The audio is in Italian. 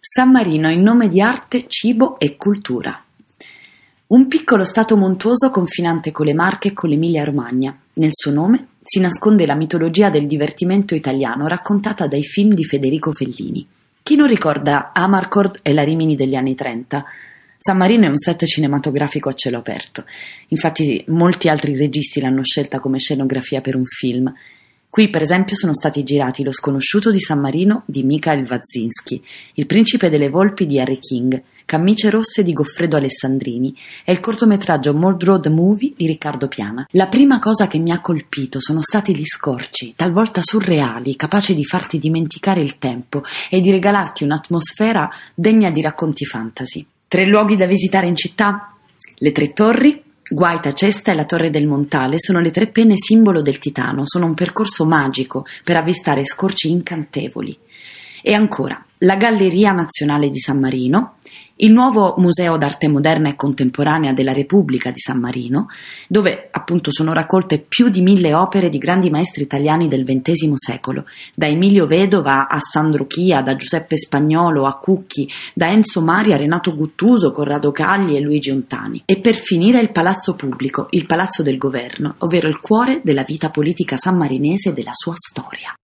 San Marino in nome di arte, cibo e cultura. Un piccolo stato montuoso confinante con le Marche e con l'Emilia-Romagna. Nel suo nome si nasconde la mitologia del divertimento italiano raccontata dai film di Federico Fellini. Chi non ricorda Amarcord e la Rimini degli anni 30? San Marino è un set cinematografico a cielo aperto. Infatti molti altri registi l'hanno scelta come scenografia per un film. Qui, per esempio, sono stati girati Lo sconosciuto di San Marino di Mikhail Wazinski, Il principe delle volpi di Harry King, Cammice rosse di Goffredo Alessandrini e il cortometraggio Mall Road Movie di Riccardo Piana. La prima cosa che mi ha colpito sono stati gli scorci, talvolta surreali, capaci di farti dimenticare il tempo e di regalarti un'atmosfera degna di racconti fantasy. 3 luoghi da visitare in città? Le 3 torri, Guaita, Cesta e la Torre del Montale sono le 3 penne simbolo del Titano, sono un percorso magico per avvistare scorci incantevoli. E ancora, la Galleria Nazionale di San Marino, il nuovo Museo d'Arte Moderna e Contemporanea della Repubblica di San Marino, dove appunto sono raccolte più di 1000 opere di grandi maestri italiani del XX secolo, da Emilio Vedova a Sandro Chia, da Giuseppe Spagnolo a Cucchi, da Enzo Mari a Renato Guttuso, Corrado Cagli e Luigi Ontani. E per finire il Palazzo Pubblico, il Palazzo del Governo, ovvero il cuore della vita politica sammarinese e della sua storia.